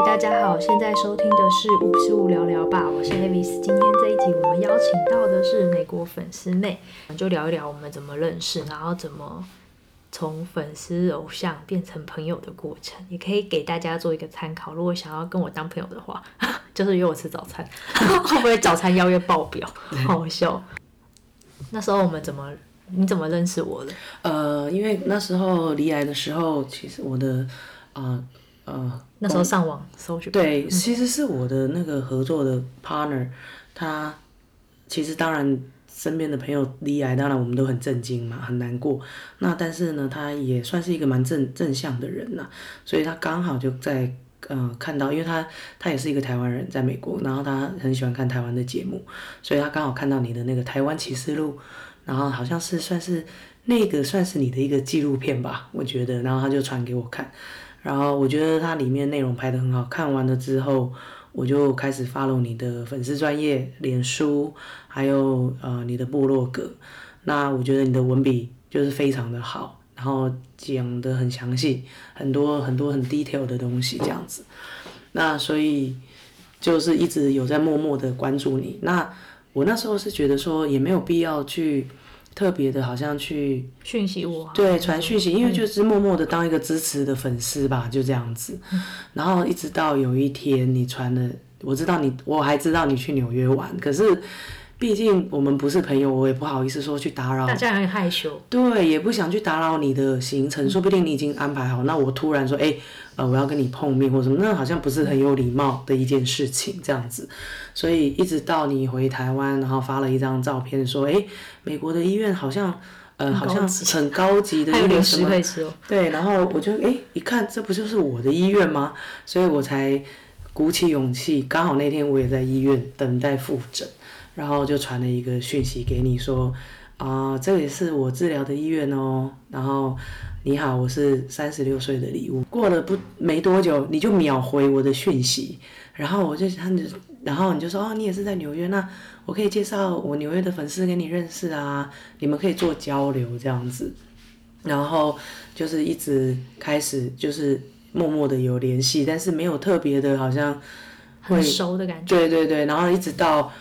大家好，现在收听的是55聊聊吧，我是 Avis。今天这一集我们邀请到的是美国粉丝妹，我们就聊一聊我们怎么认识，然后怎么从粉丝偶像变成朋友的过程，也可以给大家做一个参考。如果想要跟我当朋友的话，就是约我吃早餐，会不会早餐邀约爆表？好好笑。那时候你怎么认识我的？ 因为那时候离癌的时候，其实我的那时候上网搜寻， 对，其实是我的那个合作的 partner， 他其实当然身边的朋友离癌，当然我们都很震惊嘛，很难过。那但是呢，他也算是一个蛮正向的人呐，所以他刚好就在看到，因为他也是一个台湾人，在美国，然后他很喜欢看台湾的节目，所以他刚好看到你的那个台湾启示录，然后好像是算是你的一个纪录片吧，我觉得，然后他就传给我看。然后我觉得它里面内容拍得很好，看完了之后，我就开始 follow 你的粉丝专页、脸书，还有你的部落格。那我觉得你的文笔就是非常的好，然后讲得很详细，很多很 detail 的东西这样子。那所以就是一直有在默默的关注你。那我那时候是觉得说也没有必要去特别的，好像去讯息我， 对，传讯息，因为就是默默的当一个支持的粉丝吧，就这样子。然后一直到有一天你传了，我还知道你去纽约玩，可是毕竟我们不是朋友，我也不好意思说去打扰， 大家很害羞， 对，也不想去打扰你的行程，说不定你已经安排好，那我突然说，我要跟你碰面或什么，那好像不是很有礼貌的一件事情，这样子。所以一直到你回台湾，然后发了一张照片，说，美国的医院好像很高级的， 还有零食可以吃哦。 对，然后我就一看，这不就是我的医院吗？所以我才鼓起勇气，刚好那天我也在医院等待复诊，然后就传了一个讯息给你说，这也是我治疗的医院哦。然后你好，我是36岁的礼物。过了没多久，你就秒回我的讯息，然后然后你就说你也是在纽约，那我可以介绍我纽约的粉丝给你认识啊，你们可以做交流这样子。然后就是一直开始就是默默的有联系，但是没有特别的，好像很熟的感觉。 对，然后一直到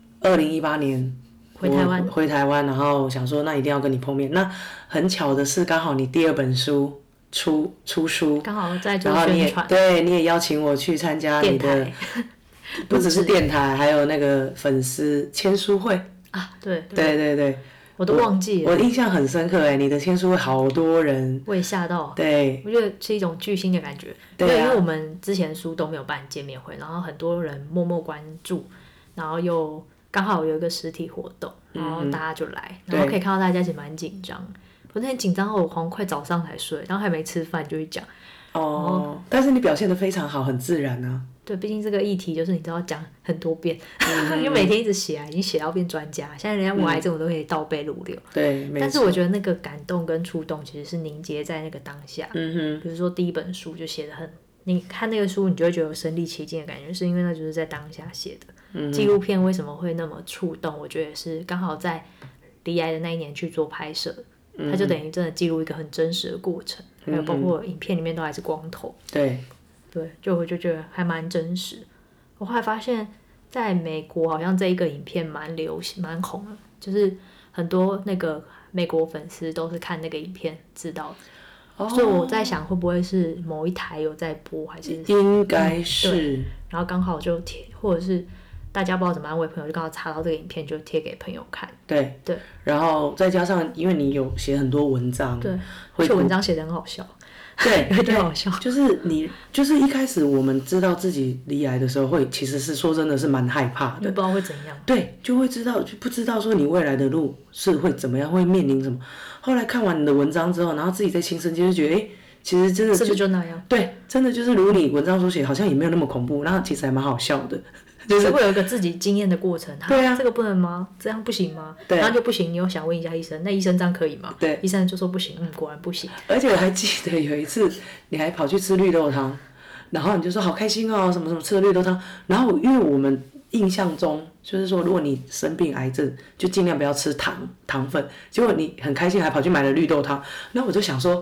2018年回台湾，然后想说那一定要跟你碰面。那很巧的是，刚好你第2本书出书， 刚好在做宣传， 对，你也邀请我去参加你的，不只是电台，还有那个粉丝签书会啊，对，我都忘记了。 我印象很深刻你的签书会好多人， 我也吓到。 对， 我觉得是一种巨星的感觉。对，因为我们之前书都没有办见面会，然后很多人默默关注，然后又刚好有一个实体活动，然后大家就来，然后可以看到大家其实蛮紧张。我那天紧张后，我好像快早上才睡，然后还没吃饭就去讲。 但是你表现得非常好，很自然啊。 对，毕竟这个议题就是你都要讲很多遍，因为每天一直写已经写到变专家。现在人家我癌症我都可以倒背如流。 对， 但是我觉得那个感动跟触动其实是凝结在那个当下。比如说第1本书就写得很，你看那个书你就会觉得有身临其境的感觉，是因为那就是在当下写的。纪录片为什么会那么触动？我觉得也是刚好在离癌的那一年去做拍摄，它就等于真的记录一个很真实的过程，还有包括影片里面都还是光头。对，我就觉得还蛮真实。我后来发现，在美国好像这一个影片蛮流行、蛮红的，就是很多那个美国粉丝都是看那个影片知道的。所以我在想，会不会是某一台有在播，还是应该是。 然后刚好就贴，或者是大家不知道怎么安慰朋友，就刚好查到这个影片，就贴给朋友看。对。 然后再加上，因为你有写很多文章， 对，而且文章写得很好笑。 对， 有点好笑。 就是一开始我们知道自己离癌的时候，其实是说真的是蛮害怕的， 不知道会怎样。 对，就不知道说你未来的路是会怎么样，会面临什么。后来看完你的文章之后，然后自己在亲身就觉得，其实真的是不是就那样？ 对，真的就是如你文章所写，好像也没有那么恐怖，然后其实还蛮好笑的。 就是会有一个自己经验的过程。 对啊， 这个不能吗？这样不行吗？ 对， 然后就不行，你又想问一下医生，那医生这样可以吗？ 对， 医生就说不行，果然不行。 而且我还记得有一次，你还跑去吃绿豆汤，然后你就说好开心哦，什么什么吃了绿豆汤。然后因为我们印象中就是说，如果你生病癌症，就尽量不要吃糖分。结果你很开心，还跑去买了绿豆汤。那我就想说，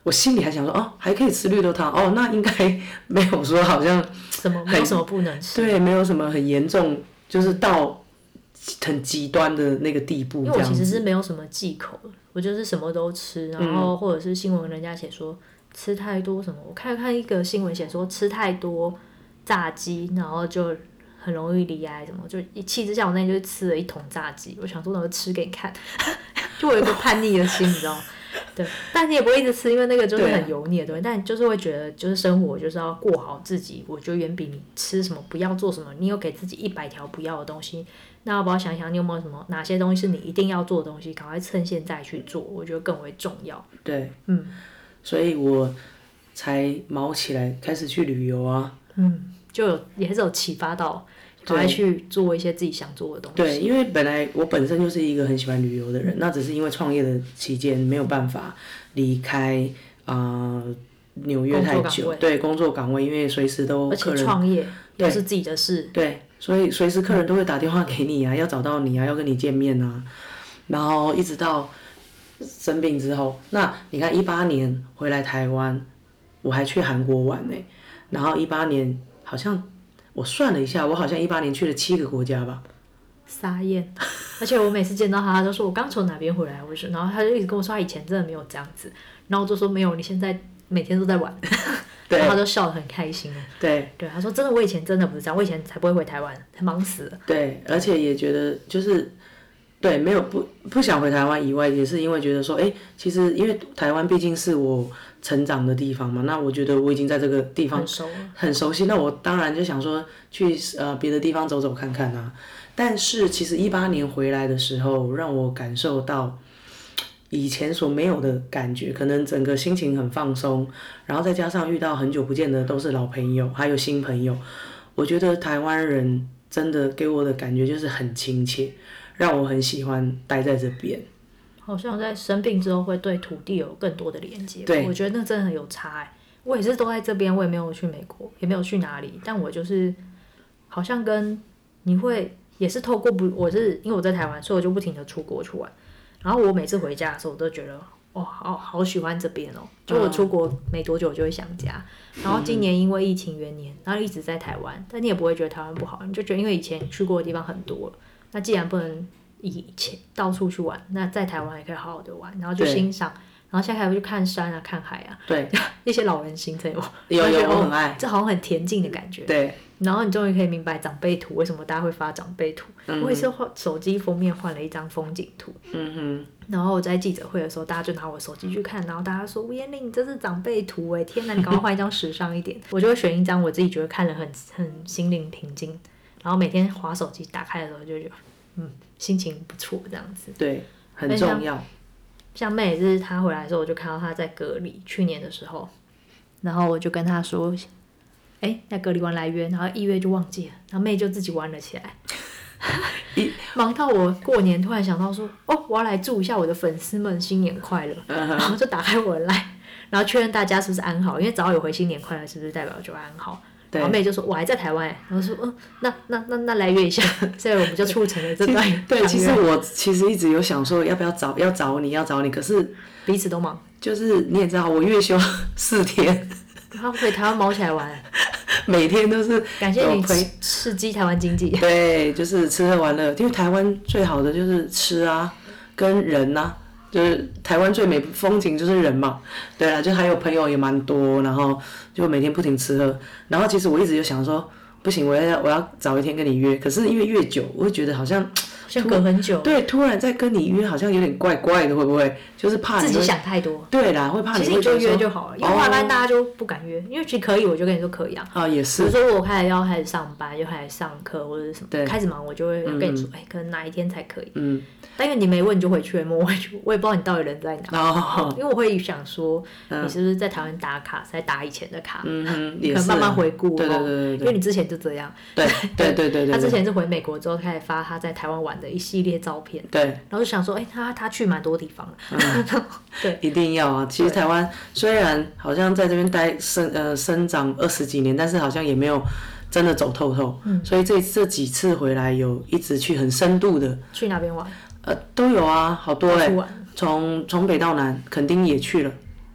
我心里还想说，哦，还可以吃绿豆汤，哦，那应该没有说好像没有什么不能吃， 对，没有什么很严重，就是到很极端的那个地步。 因为我其实是没有什么忌口的，我就是什么都吃，然后或者是新闻人家写说吃太多什么，我看一个新闻写说吃太多炸鸡，然后就很容易罹癌什么，就一气之下我那天就吃了1桶炸鸡，我想说那我吃给你看，就我有一个叛逆的心，你知道吗？对，但你也不会一直吃，因为那个就是很油腻的东西。但就是会觉得，就是生活就是要过好自己。我觉得远比你吃什么不要做什么，你有给自己100条不要的东西，那要不要想想你有没有什么哪些东西是你一定要做的东西，赶快趁现在去做，我觉得更为重要。 对，所以我才毛起来开始去旅游啊。 就也是有启发到。赶快去做一些自己想做的东西。 对，因为我本身就是一个很喜欢旅游的人，那只是因为创业的期间没有办法离开纽约太久，对，工作岗位，因为随时都客人， 而且创业都是自己的事， 对，所以随时客人都会打电话给你啊，要找到你啊，要跟你见面啊，然后一直到生病之后，那你看18年回来台湾，我还去韩国玩呢，然后18年好像。我算了一下，我好像18年去了7个国家吧。 傻眼，而且我每次见到他就说我刚从哪边回来，然后他就一直跟我说他以前真的没有这样子，然后我就说没有，你现在每天都在玩，然后他就笑得很开心。对，他说真的，我以前真的不是这样，我以前才不会回台湾，忙死了。 对，而且也觉得就是对，没有不想回台湾以外，也是因为觉得说，其实因为台湾毕竟是我成长的地方嘛，那我觉得我已经在这个地方很熟悉，那我当然就想说去别的地方走走看看啊。但是其实18年回来的时候，让我感受到以前所没有的感觉，可能整个心情很放松，然后再加上遇到很久不见的都是老朋友，还有新朋友，我觉得台湾人真的给我的感觉就是很亲切，让我很喜欢待在这边。 好像在生病之后会对土地有更多的连接，我觉得那真的很有差我也是都在这边，我也没有去美国，也没有去哪里，但我就是好像跟你会也是透过我是因为我在台湾，所以我就不停的出国去玩，然后我每次回家的时候，我都觉得好喜欢这边就我出国没多久就会想家，然后今年因为疫情元年，然后一直在台湾，但你也不会觉得台湾不好，你就觉得因为以前去过的地方很多了，那既然不能以前到处去玩，那在台湾也可以好好的玩，然后去欣赏，然后现在还会去看山啊、看海啊， 对， 一些老人行程有我很爱， 这好像很田径的感觉， 对。 然后你终于可以明白长辈图为什么大家会发长辈图，我也是手机封面换了一张风景图，然后我在记者会的时候，大家就拿我手机去看，然后大家说吴妍玲你这是长辈图天哪，你赶快换一张时尚一点，我就会选一张我自己觉得看了很心灵平静，然后每天滑手机打开的时候就觉得心情不错这样子， 对，很重要。 像妹也是她回来的时候，我就看到她在隔离，去年的时候，然后我就跟她说，那隔离完来约，然后1月就忘记了，然后妹就自己玩了起来，忙到我过年突然想到说，我要来祝一下我的粉丝们新年快乐，然后就打开我的 LINE，然后确认大家是不是安好，因为只要有回新年快乐，是不是代表就安好？然后妹就说我还在台湾然后说那来约一下，所以我们就促成了这段。 对，其实我一直有想说要不要找你，可是彼此都忙， 就是你也知道我月休4天， 他回台湾毛起来玩， 每天都是感谢你刺激台湾经济。 对，就是吃喝玩乐，因为台湾最好的就是吃啊，跟人啊。就是台湾最美风景就是人嘛，对啦，就还有朋友也蛮多，然后就每天不停吃喝，然后其实我一直就想说，不行，我要找一天跟你约，可是因为越久，我会觉得好像隔很久， 对，突然再跟你约好像有点怪怪的，会不会？就是怕自己想太多。 对啦，会怕你。 其实你就约就好了，因为下班大家就不敢约，因为其实可以，我就跟你说可以啊。 也是。 比如说我开始上班，又开始上课或者是什么，开始忙，我就会跟你说，可能哪一天才可以。但因为你没问，你就回去了，我也不知道你到底人在哪。因为我会想说，你是不是在台湾打卡，在打以前的卡，可能慢慢回顾。 对， 因为你之前就这样。 对。 他之前是回美国之后开始发他在台湾玩的一系列照片。 对。 然后就想说，他去蛮多地方了。对， 一定要啊！其实台湾虽然好像在这边生长20几年，但是好像也没有真的走透透。所以这几次回来有一直去很深度的。 去哪边玩？ 都有啊，好多从北到南，垦丁也去了。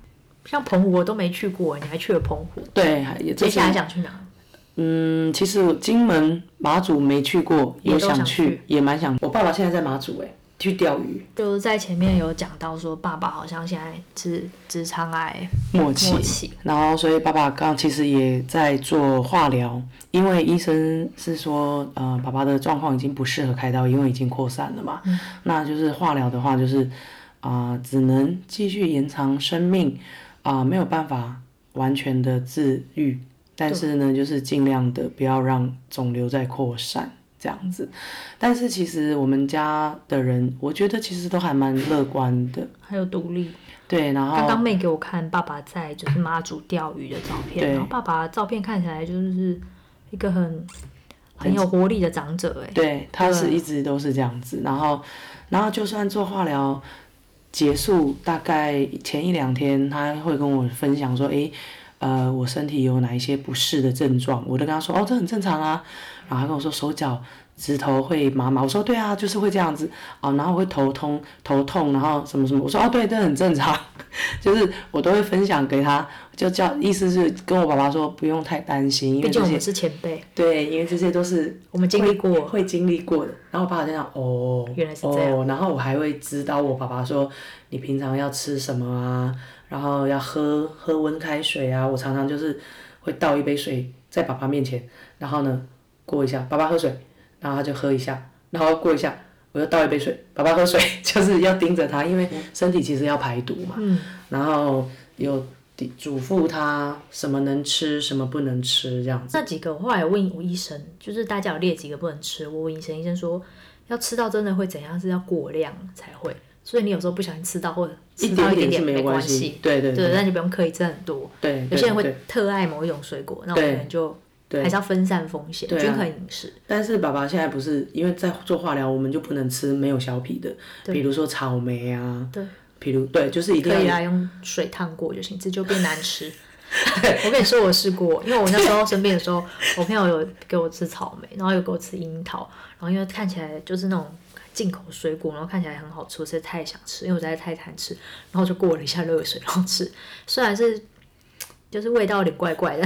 像澎湖我都没去过，你还去了澎湖？ 对， 接下来想去哪？ 其实我金门、马祖没去过，有想去，也蛮想。我爸爸现在在马祖去钓鱼。 就是在前面有讲到说，爸爸好像现在是直肠癌末期，然后所以爸爸刚其实也在做化疗，因为医生是说，爸爸的状况已经不适合开刀，因为已经扩散了嘛。那就是化疗的话，就是只能继续延长生命，没有办法完全的治愈。但是呢，就是尽量的不要让肿瘤再扩散这样子。但是其实我们家的人，我觉得其实都还蛮乐观的， 还有独立。 对，然后刚刚妹给我看爸爸在就是马祖钓鱼的照片，然后爸爸的照片看起来就是一个很有活力的长者对，他是一直都是这样子。然后就算做化疗结束，大概前1-2天，他会跟我分享说，我身体有哪一些不适的症状，我就跟他说，这很正常啊。然后他跟我说手脚指头会麻麻，我说对啊，就是会这样子然后会头痛，然后什么什么，我说对，这很正常，就是我都会分享给他，就意思是跟我爸爸说不用太担心，因为毕竟我们是前辈， 对，因为这些都是我们经历过， 会经历过的。然后我爸爸就讲原来是这样， 然后我还会指导我爸爸说你平常要吃什么啊，然后要喝温开水啊，我常常就是会倒一杯水在爸爸面前，然后呢过一下，爸爸喝水，然后他就喝一下，然后过一下我又倒一杯水，爸爸喝水，就是要盯着他，因为身体其实要排毒嘛。然后有嘱咐他什么能吃，什么不能吃这样子。 那几个我后来问我医生，就是大家有列几个不能吃，我问医生说要吃到真的会怎样，是要过量才会。所以你有时候不小心吃到或者吃到一点没关系， 对， 但你不用刻意吃很多。 对， 有些人会特爱某一种水果，那我们就还是要分散风险，均衡饮食。 但是爸爸现在不是因为在做化疗，我们就不能吃没有削皮的，比如说草莓啊，对，就是一定要可以用水烫过就行，这就变难吃。我跟你说，我试过，因为我那时候生病的时候，我朋友有给我吃草莓，然后有给我吃樱桃，然后因为看起来就是那种进口水果，然后看起来很好吃，我实在太想吃，因为我实在太贪吃，然后就过了一下热水，然后吃，虽然是就是味道有点怪怪的，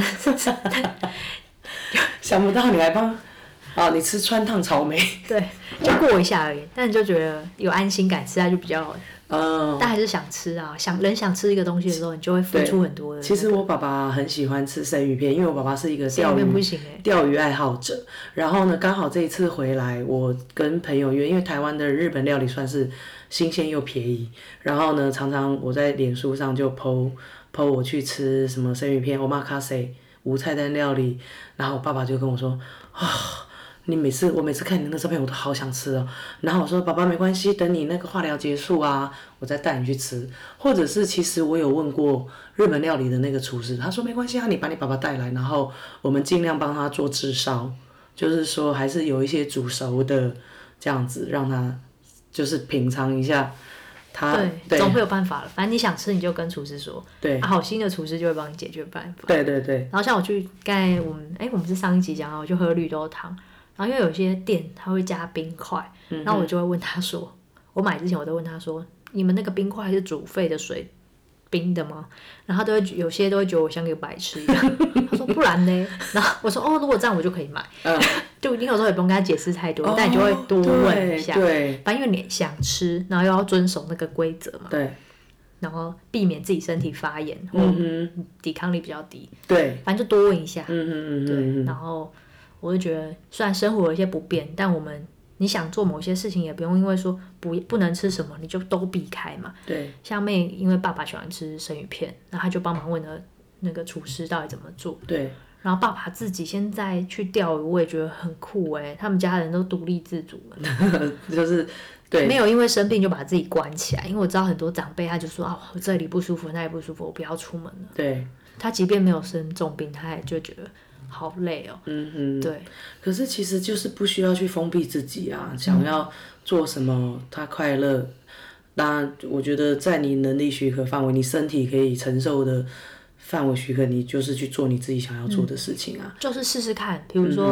想不到你还帮你吃川烫草莓， 对，就过一下而已，但你就觉得有安心感，吃下就比较。但还是想吃啊，人想吃一个东西的时候，你就会付出很多的。 其实我爸爸很喜欢吃生鱼片，因为我爸爸是一个钓鱼爱好者。然后呢，刚好这一次回来，我跟朋友约，因为台湾的日本料理算是新鲜又便宜。然后呢，常常我在脸书上就 po 我去吃什么生鱼片 omakase 无菜单料理，然后我爸爸就跟我说我每次看你那个照片，我都好想吃哦。然后我说爸爸没关系，等你那个化疗结束啊，我再带你去吃。或者是其实我有问过日本料理的那个厨师，他说没关系啊，你把你爸爸带来，然后我们尽量帮他做炙烧，就是说还是有一些煮熟的这样子，让他就是品尝一下。 对，总会有办法了。反正你想吃，你就跟厨师说。 对， 好心的厨师就会帮你解决办法。 对。 然后像我去，刚才我们是上一集讲我就喝绿豆汤。然后因为有些店他会加冰块，然后我就会问他说，我买之前我都问他说，你们那个冰块是煮沸的水冰的吗？然后有些都会觉得我像个白痴一样。他说不然呢？然后我说如果这样我就可以买。就你有时候也不用跟他解释太多，但你就会多问一下。 对， 反正因为你想吃，然后又要遵守那个规则嘛。 对。 然后避免自己身体发炎或抵抗力比较低。 对。 反正就多问一下。对。然后我就觉得，虽然生活有一些不便，但你想做某些事情，也不用因为说不能吃什么，你就都避开嘛。 对。 像妹，因为爸爸喜欢吃生鱼片，然后他就帮忙问了那个厨师到底怎么做。 对。 然后爸爸自己现在去钓鱼，我也觉得很酷他们家人都独立自主了。 就是对， 没有因为生病就把自己关起来，因为我知道很多长辈他就说我这里不舒服，那里不舒服，我不要出门了。 对。 他即便没有生重病，他也就觉得好累哦。对。 可是其实就是不需要去封闭自己啊，想要做什么他快乐，当然我觉得在你能力许可范围，你身体可以承受的范围许可，你就是去做你自己想要做的事情啊。 就是试试看，比如说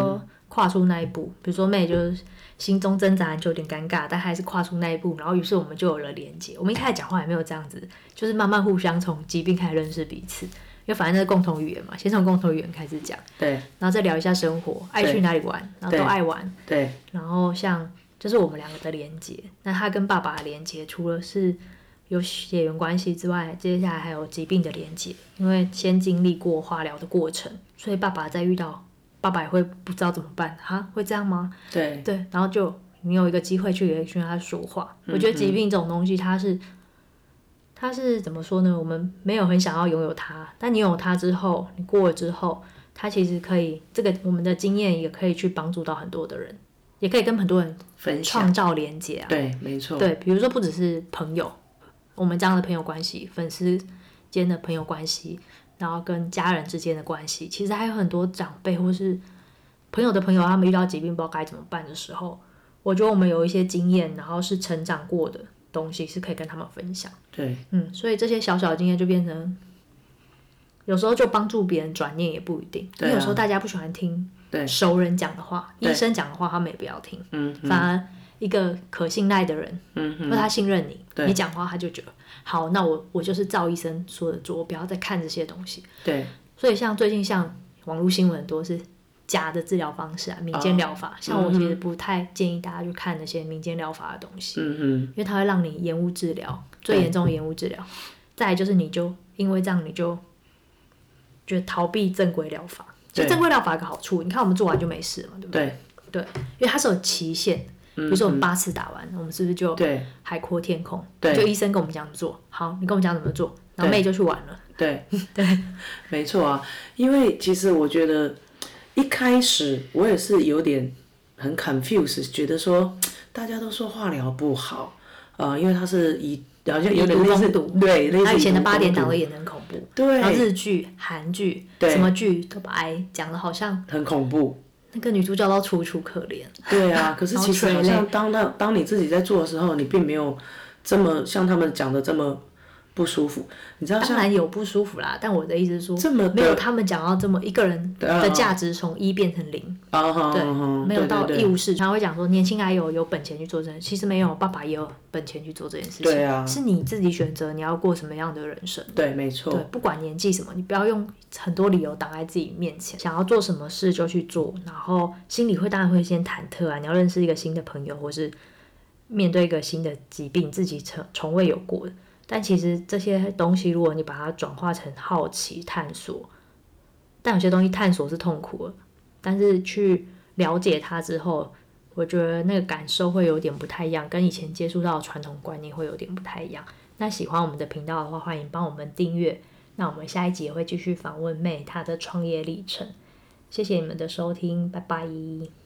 跨出那一步，比如说妹就是心中挣扎就有点尴尬，但还是跨出那一步，然后于是我们就有了连接。我们一开始讲话也没有这样子，就是慢慢互相从疾病开始认识彼此，因为反正那是共同语言嘛，先从共同语言开始讲， 对， 然后再聊一下生活，爱去哪里玩，然后都爱玩， 对， 然后像就是我们两个的连接。那他跟爸爸的连接，除了是有血缘关系之外，接下来还有疾病的连接，因为先经历过化疗的过程，所以爸爸在遇到，爸爸也会不知道怎么办，哈，会这样吗？ 对， 然后就你有一个机会去跟他说话。我觉得疾病这种东西，它是怎么说呢？我们没有很想要拥有它，但你拥有它之后，你过了之后，它其实可以，这个我们的经验也可以去帮助到很多的人，也可以跟很多人创造连接啊。 对，没错。 对，比如说不只是朋友。我们这样的朋友关系，粉丝间的朋友关系，然后跟家人之间的关系，其实还有很多长辈或是朋友的朋友，他们遇到疾病不知道该怎么办的时候，我觉得我们有一些经验，然后是成长过的东西，是可以跟他们分享。 对， 所以这些小小的经验就变成，有时候就帮助别人转念也不一定，因为有时候大家不喜欢听熟人讲的话，医生讲的话他们也不要听，反而一个可信赖的人，或者他信任你，你讲话他就觉得好，那我就是照医生说的做，我不要再看这些东西。 对， 所以像最近像网络新闻很多是假的治疗方式啊，民间疗法，像我其实不太建议大家去看那些民间疗法的东西，因为它会让你延误治疗，最严重的延误治疗。再来就是你就因为这样你就觉得逃避正规疗法，其实正规疗法有个好处，你看我们做完就没事了嘛，对不对？对，因为它是有期限。比如说我们8次打完，我们是不是就海阔天空？就医生跟我们讲怎么做，好，你跟我们讲怎么做，然后妹就去玩了。 对，没错啊。因为其实我觉得一开始我也是有点很 confused， 觉得说大家都说化疗不好，因为它是好像有点类似对，类似他以前的8点档都演得很恐怖， 对， 然后日剧、韩剧，什么剧都把癌讲得好像很恐怖。 那个女主角都楚楚可怜。 对啊，可是其实好像当你自己在做的时候，你并没有这么像他们讲的这么不舒服。你知道， 当然有不舒服啦，但我的意思是说，没有他们讲到这么一个人的价值从1变成0，对，没有到一无是处。他会讲说年轻还有本钱去做这件事，其实没有，爸爸也有本钱去做这件事情。 对啊， 是你自己选择你要过什么样的人生。 对，没错。 对，不管年纪什么，你不要用很多理由挡在自己面前，想要做什么事就去做，然后心里当然会先忐忑啊，你要认识一个新的朋友，或是面对一个新的疾病，自己从未有过的。但其实这些东西，如果你把它转化成好奇探索，但有些东西探索是痛苦的，但是去了解它之后，我觉得那个感受会有点不太一样，跟以前接触到的传统观念会有点不太一样。那喜欢我们的频道的话，欢迎帮我们订阅。那我们下一集也会继续访问妹她的创业历程。谢谢你们的收听，拜拜。